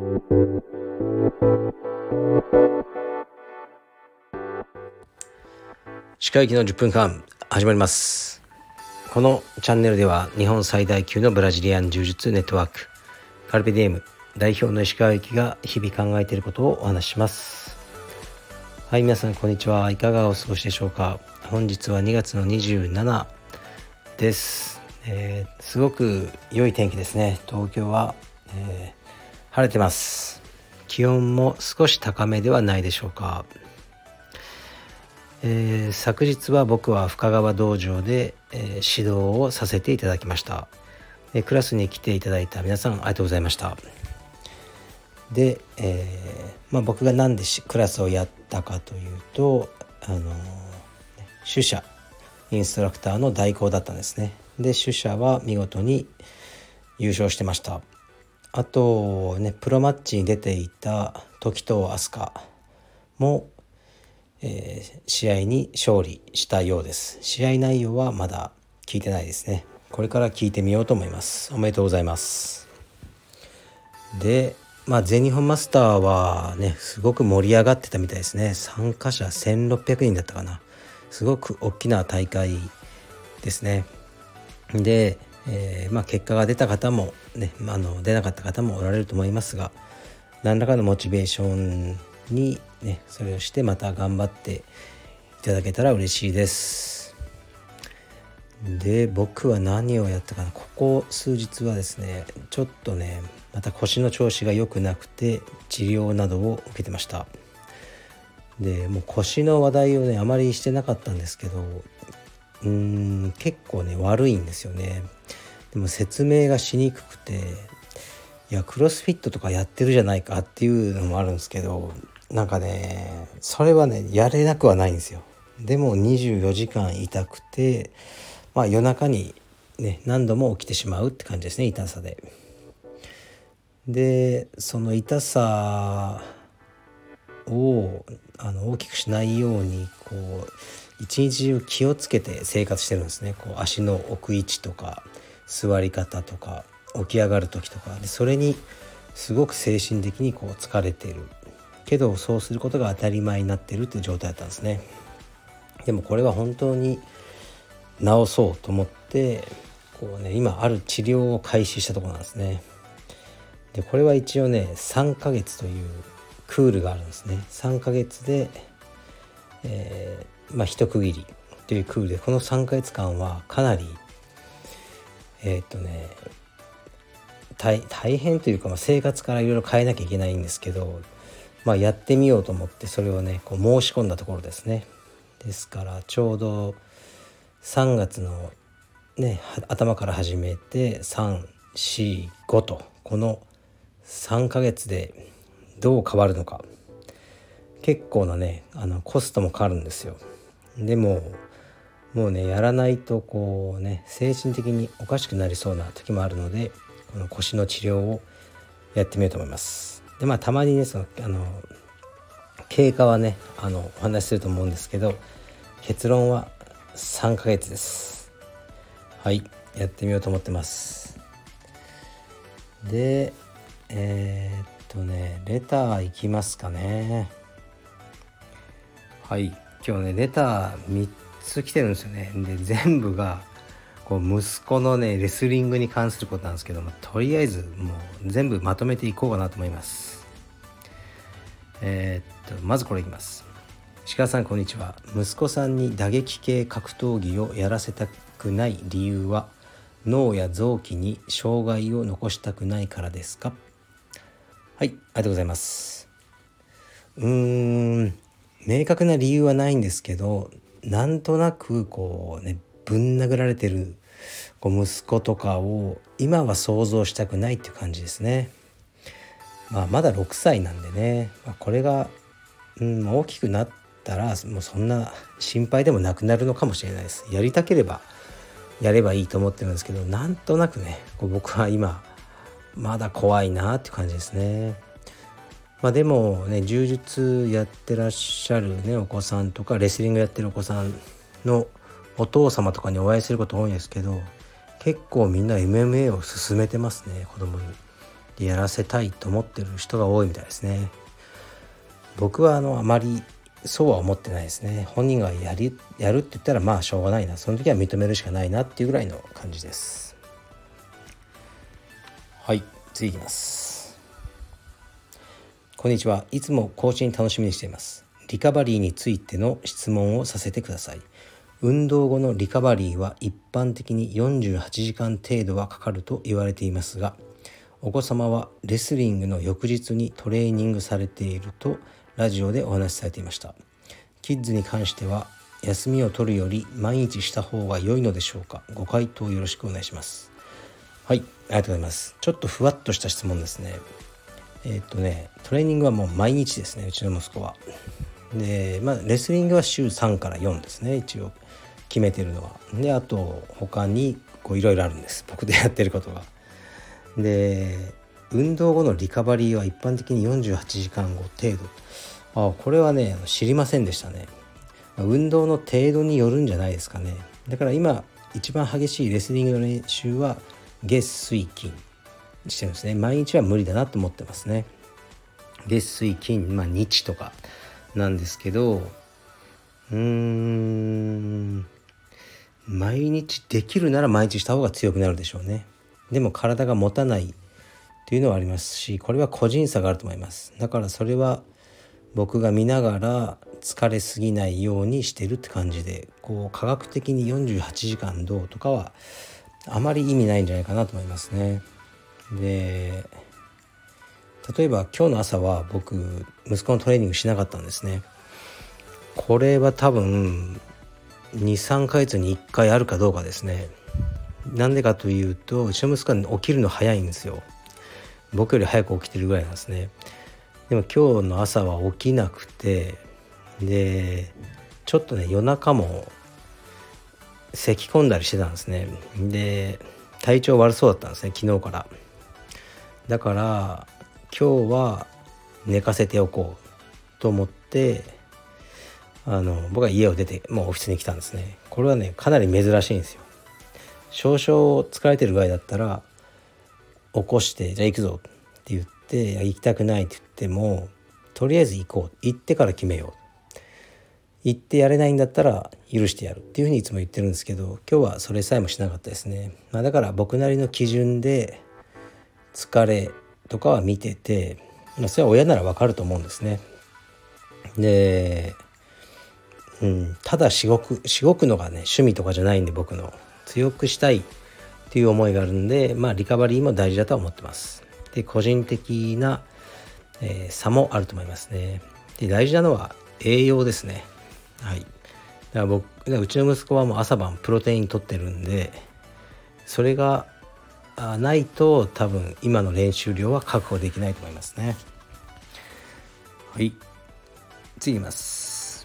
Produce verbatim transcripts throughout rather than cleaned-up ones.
歯科医のじゅっぷんかん始まります。このチャンネルでは日本最大級のブラジリアン柔術ネットワークカルペディエム代表の石川由紀が日々考えていることをお話しします。はい、皆さんこんにちは。いかがお過ごしでしょうか。本日はにがつのにじゅうしちにちです、えー、すごく良い天気ですね。東京は、えー、晴れてます。気温も少し高めではないでしょうか。えー、昨日は僕は深川道場で、えー、指導をさせていただきました。でクラスに来ていただいた皆さんありがとうございました。で、えーまあ、僕が何でクラスをやったかというと、あのー、主者インストラクターの代行だったんですね。で主者は見事に優勝してました。あとね、プロマッチに出ていた時藤飛鳥もえー、試合に勝利したようです。試合内容はまだ聞いてないですね。これから聞いてみようと思います。おめでとうございます。で、まあ全日本マスターはねすごく盛り上がってたみたいですね。参加者せんろっぴゃくにんだったかな。すごく大きな大会ですね。で、えーまあ、結果が出た方もね、あの出なかった方もおられると思いますが、何らかのモチベーションにね、それをしてまた頑張っていただけたら嬉しいです。で、僕は何をやったかな。ここ数日はですね、ちょっとねまた腰の調子が良くなくて治療などを受けてました。でもう腰の話題をねあまりしてなかったんですけど、うーん結構ね悪いんですよね。でも説明がしにくくて、いやクロスフィットとかやってるじゃないかっていうのもあるんですけど、なんかねそれはねやれなくはないんですよ。でもにじゅうよじかん痛くて、まあ夜中にね何度も起きてしまうって感じですね、痛さで。でその痛さをあの大きくしないようにこう一日中気をつけて生活してるんですね。こう足の置く位置とか座り方とか起き上がる時とかで、それにすごく精神的にこう疲れているけど、そうすることが当たり前になっているっていう状態だったんですね。でもこれは本当に治そうと思ってこうね今ある治療を開始したところなんですね。でこれは一応ねさんかげつというクールがあるんですね。さんかげつで、えー、まあ一区切りというクールで、このさんかげつかんはかなりえー、っとね大, 大変というか、まあ、生活からいろいろ変えなきゃいけないんですけど、まあ、やってみようと思ってそれをねこう申し込んだところですね。ですからちょうどさんがつのね頭から始めてさん、よん、ごとこのさんかげつでどう変わるのか、結構なねあのコストもかかるんですよ。でももうねやらないとこうね精神的におかしくなりそうな時もあるので、この腰の治療をやってみようと思います。でまあたまにねそのあの経過はねあのお話しすると思うんですけど、結論はさんかげつです。はい、やってみようと思ってます。でえー、っとねレターいきますかね。はい、今日ねレターみっつ来てるんですよね。で全部がこう息子のねレスリングに関することなんですけども、とりあえずもう全部まとめていこうかなと思います。えー、っとまずこれいきます。石川さんこんにちは。息子さんに打撃系格闘技をやらせたくない理由は脳や臓器に障害を残したくないからですか？はい、ありがとうございます。うーん明確な理由はないんですけど、なんとなくこうねぶん殴られてるこう息子とかを今は想像したくないっていう感じですね。まあまだろくさいなんでね、まあ、これが、うん、大きくなったらもうそんな心配でもなくなるのかもしれないです。やりたければやればいいと思ってるんですけど、なんとなくねこう僕は今まだ怖いなっていう感じですね。まあでもね柔術やってらっしゃるねお子さんとかレスリングやってるお子さんのお父様とかにお会いすること多いんですけど、結構みんな エムエムエー を勧めてますね、子供に。 でやらせたいと思ってる人が多いみたいですね。僕はあのあまりそうは思ってないですね。本人がやりやるって言ったらまあしょうがないな、その時は認めるしかないなっていうぐらいの感じです。はい、次いきます。こんにちは。いつも更新楽しみにしています。リカバリーについての質問をさせてください。運動後のリカバリーは一般的によんじゅうはちじかん程度はかかると言われていますが、お子様はレスリングの翌日にトレーニングされているとラジオでお話しされていました。キッズに関しては休みを取るより毎日した方が良いのでしょうか。ご回答よろしくお願いします。はい、ありがとうございます。ちょっとふわっとした質問ですね。えー、っとねトレーニングはもう毎日ですね、うちの息子は。で、まあ、レスリングは週さんからよんですね、一応決めてるのは。であと他にこういろいろあるんです、僕でやってることが。で運動後のリカバリーは一般的によんじゅうはちじかんご程度。あ、これはね知りませんでしたね。運動の程度によるんじゃないですかね。だから今一番激しいレスリングの練習は月水金してるんですね。毎日は無理だなと思ってますね。月水金、まあ日とかなんですけど、うーん毎日できるなら毎日した方が強くなるでしょうね。でも体が持たないというのはありますし、これは個人差があると思います。だからそれは僕が見ながら疲れすぎないようにしてるって感じで、こう科学的によんじゅうはちじかんどうとかはあまり意味ないんじゃないかなと思いますね。で例えば今日の朝は僕息子のトレーニングしなかったんですね。これは多分 に,さん ヶ月にいっかいあるかどうかですね。なんでかというと、うちの息子は起きるの早いんですよ。僕より早く起きてるぐらいなんですね。でも今日の朝は起きなくて、でちょっとね夜中も咳込んだりしてたんですね。で体調悪そうだったんですね、昨日から。だから今日は寝かせておこうと思ってあの僕は家を出てもうオフィスに来たんですね。これはねかなり珍しいんですよ。少々疲れてるぐらいだったら起こしてじゃあ行くぞって言って、行きたくないって言ってもとりあえず行こう、行ってから決めよう、行ってやれないんだったら許してやるっていうふうにいつも言ってるんですけど、今日はそれさえもしなかったですね。まあ、だから僕なりの基準で疲れとかは見てて、まあ、それは親ならわかると思うんですね。で、うん、ただしごくしごくのがね趣味とかじゃないんで、僕の強くしたいっていう思いがあるんで、まあリカバリーも大事だとは思ってます。で個人的な、えー、差もあると思いますね。で大事なのは栄養ですね。はい。だから僕うちの息子はもう朝晩プロテイン取ってるんで、それがないと多分今の練習量は確保できないと思いますね。はい、次いきます。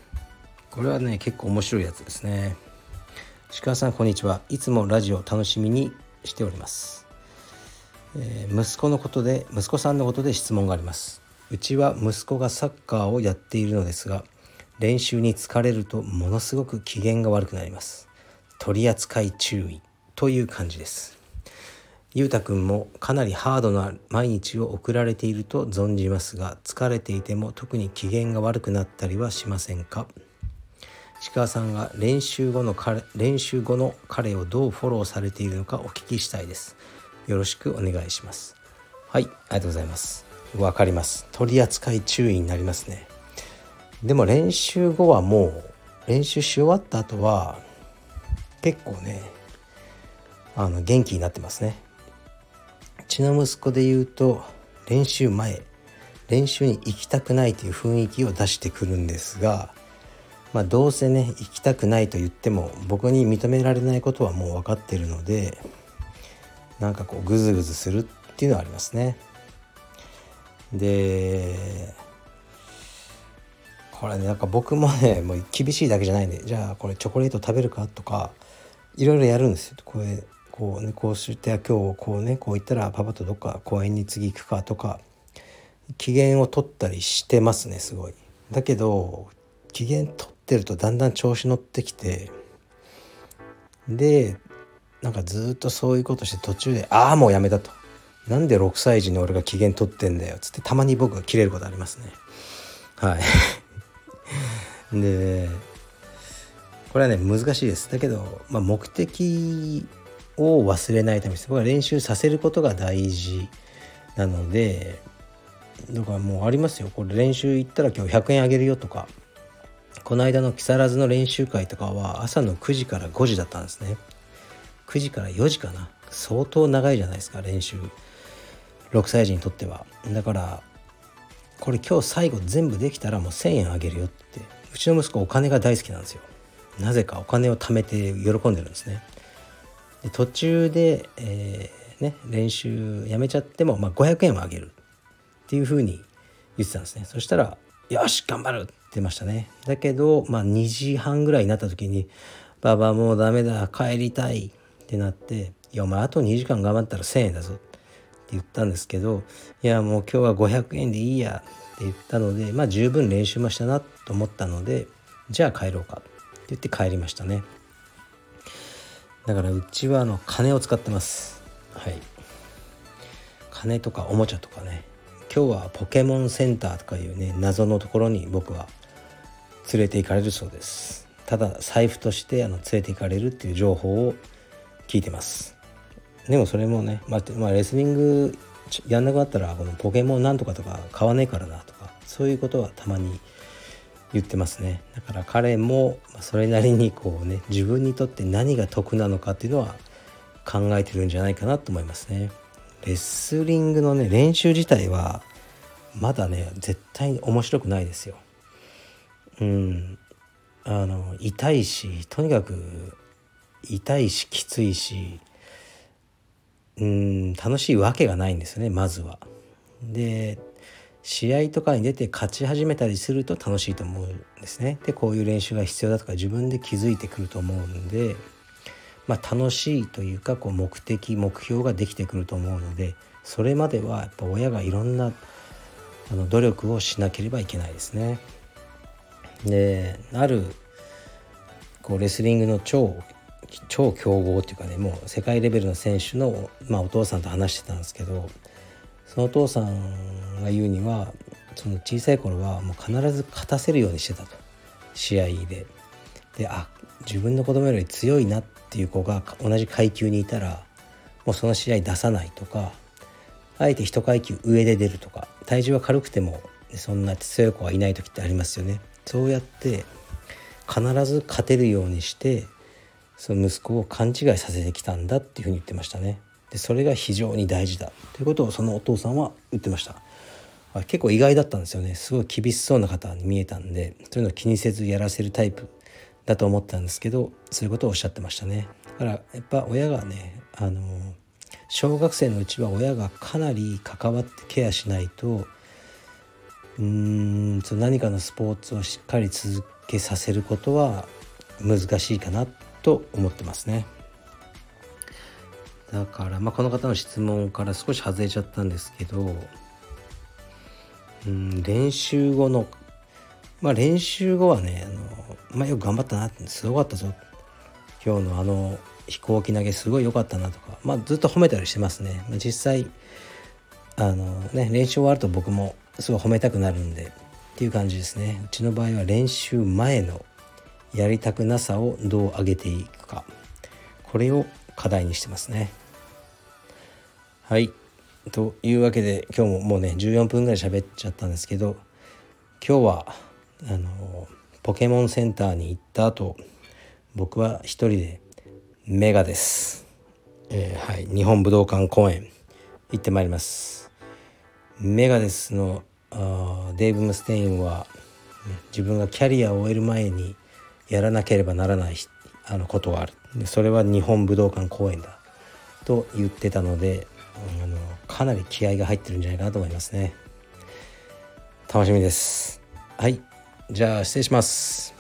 これはね結構面白いやつですね。鹿さんこんにちは。いつもラジオ楽しみにしております。えー、息子のことで息子さんのことで質問があります。うちは息子がサッカーをやっているのですが、練習に疲れるとものすごく機嫌が悪くなります。取り扱い注意という感じです。ゆうたくんもかなりハードな毎日を送られていると存じますが、疲れていても特に機嫌が悪くなったりはしませんか？石川さんが練習後の彼練習後の彼をどうフォローされているのかお聞きしたいです。よろしくお願いします。はい、ありがとうございます。わかります。取り扱い注意になりますね。でも練習後はもう練習し終わった後は結構ねあの元気になってますね。うちの息子で言うと練習前練習に行きたくないという雰囲気を出してくるんですが、まあどうせね行きたくないと言っても僕に認められないことはもう分かっているので、なんかこうグズグズするっていうのはありますね。でこれねなんか僕もねもう厳しいだけじゃないんで、じゃあこれチョコレート食べるかとかいろいろやるんですよ。これこうねこうして今日こうねこう言ったらパパとどっか公園に次行くかとか機嫌を取ったりしてますね、すごい。だけど機嫌取ってるとだんだん調子乗ってきて、でなんかずっとそういうことして途中でああもうやめたと、 なんでろくさい児に俺が機嫌取ってんだよつってたまに僕が切れることありますね。はいでこれはね難しいです。だけど、まあ、目的を忘れないために僕は練習させることが大事なので、だからもうありますよ。これ練習行ったら今日ひゃくえんあげるよとか、この間の木更津の練習会とかは朝のくじからごじだったんですね。くじからよじかな。相当長いじゃないですか練習、ろくさい児にとっては。だからこれ今日最後全部できたらもうせんえんあげるよって。うちの息子お金が大好きなんですよ。なぜかお金を貯めて喜んでるんですね。で途中で、えーね、練習やめちゃっても、まあ、ごひゃくえんはあげるっていう風に言ってたんですね。そしたらよし頑張るって言ってましたね。だけど、まあ、にじはんぐらいになった時にババもうダメだ帰りたいってなって、いやお前あとにじかん頑張ったらせんえんだぞって言ったんですけど、いやもう今日はごひゃくえんでいいやって言ったので、まあ十分練習もしたなと思ったので、じゃあ帰ろうかって言って帰りましたね。だからうちはあの金を使ってます。はい、金とかおもちゃとかね。今日はポケモンセンターとかいうね謎のところに僕は連れて行かれるそうです。ただ財布としてあの連れて行かれるっていう情報を聞いてます。でもそれもね、まあ、まあ、レスリングやんなくなったらこのポケモンなんとかとか買わねえからなとか、そういうことはたまに言ってますね。だから彼もそれなりにこうね自分にとって何が得なのかっていうのは考えてるんじゃないかなと思いますね。レスリングのね練習自体はまだね絶対に面白くないですよ。うんあの痛いし、とにかく痛いしきついし、うん楽しいわけがないんですよねまずは。で試合とかに出て勝ち始めたりすると楽しいと思うんですね。でこういう練習が必要だとか自分で気づいてくると思うんで、まあ、楽しいというかこう目的目標ができてくると思うので、それまではやっぱ親がいろんなあの努力をしなければいけないですね。であるこうレスリングの超超強豪っていうかね、もう世界レベルの選手の、まあ、お父さんと話してたんですけど、そのお父さんが言うにはその小さい頃はもう必ず勝たせるようにしてたと、試合で。であ自分の子供より強いなっていう子が同じ階級にいたらもうその試合出さないとか、あえて一階級上で出るとか、体重は軽くてもそんな強い子はいない時ってありますよね。そうやって必ず勝てるようにしてその息子を勘違いさせてきたんだっていうふうに言ってましたね。でそれが非常に大事だということをそのお父さんは言ってました。結構意外だったんですよね。すごい厳しそうな方に見えたんで、そういうのを気にせずやらせるタイプだと思ったんですけど、そういうことをおっしゃってましたね。だからやっぱ親がねあの小学生のうちは親がかなり関わってケアしないとうーんその何かのスポーツをしっかり続けさせることは難しいかなと思ってますね。だから、まあ、この方の質問から少し外れちゃったんですけど、うん練習後のまあ練習後はねあの、まあ、よく頑張ったなってすごかったぞ今日のあの飛行機投げすごい良かったなとか、まあ、ずっと褒めたりしてますね。実際あのね練習終わると僕もすごい褒めたくなるんでっていう感じですね。うちの場合は練習前のやりたくなさをどう上げていくか、これを課題にしてますね。はいというわけで今日ももうねじゅうよんぷんぐらい喋っちゃったんですけど、今日はあのポケモンセンターに行った後僕は一人でメガです、えー、はい日本武道館公演行ってまいります。メガデスのあデーブ・ムステインは自分がキャリアを終える前にやらなければならないあのことがある。でそれは日本武道館公演だと言ってたので、あのかなり気合が入ってるんじゃないかなと思いますね。楽しみです。はいじゃあ失礼します。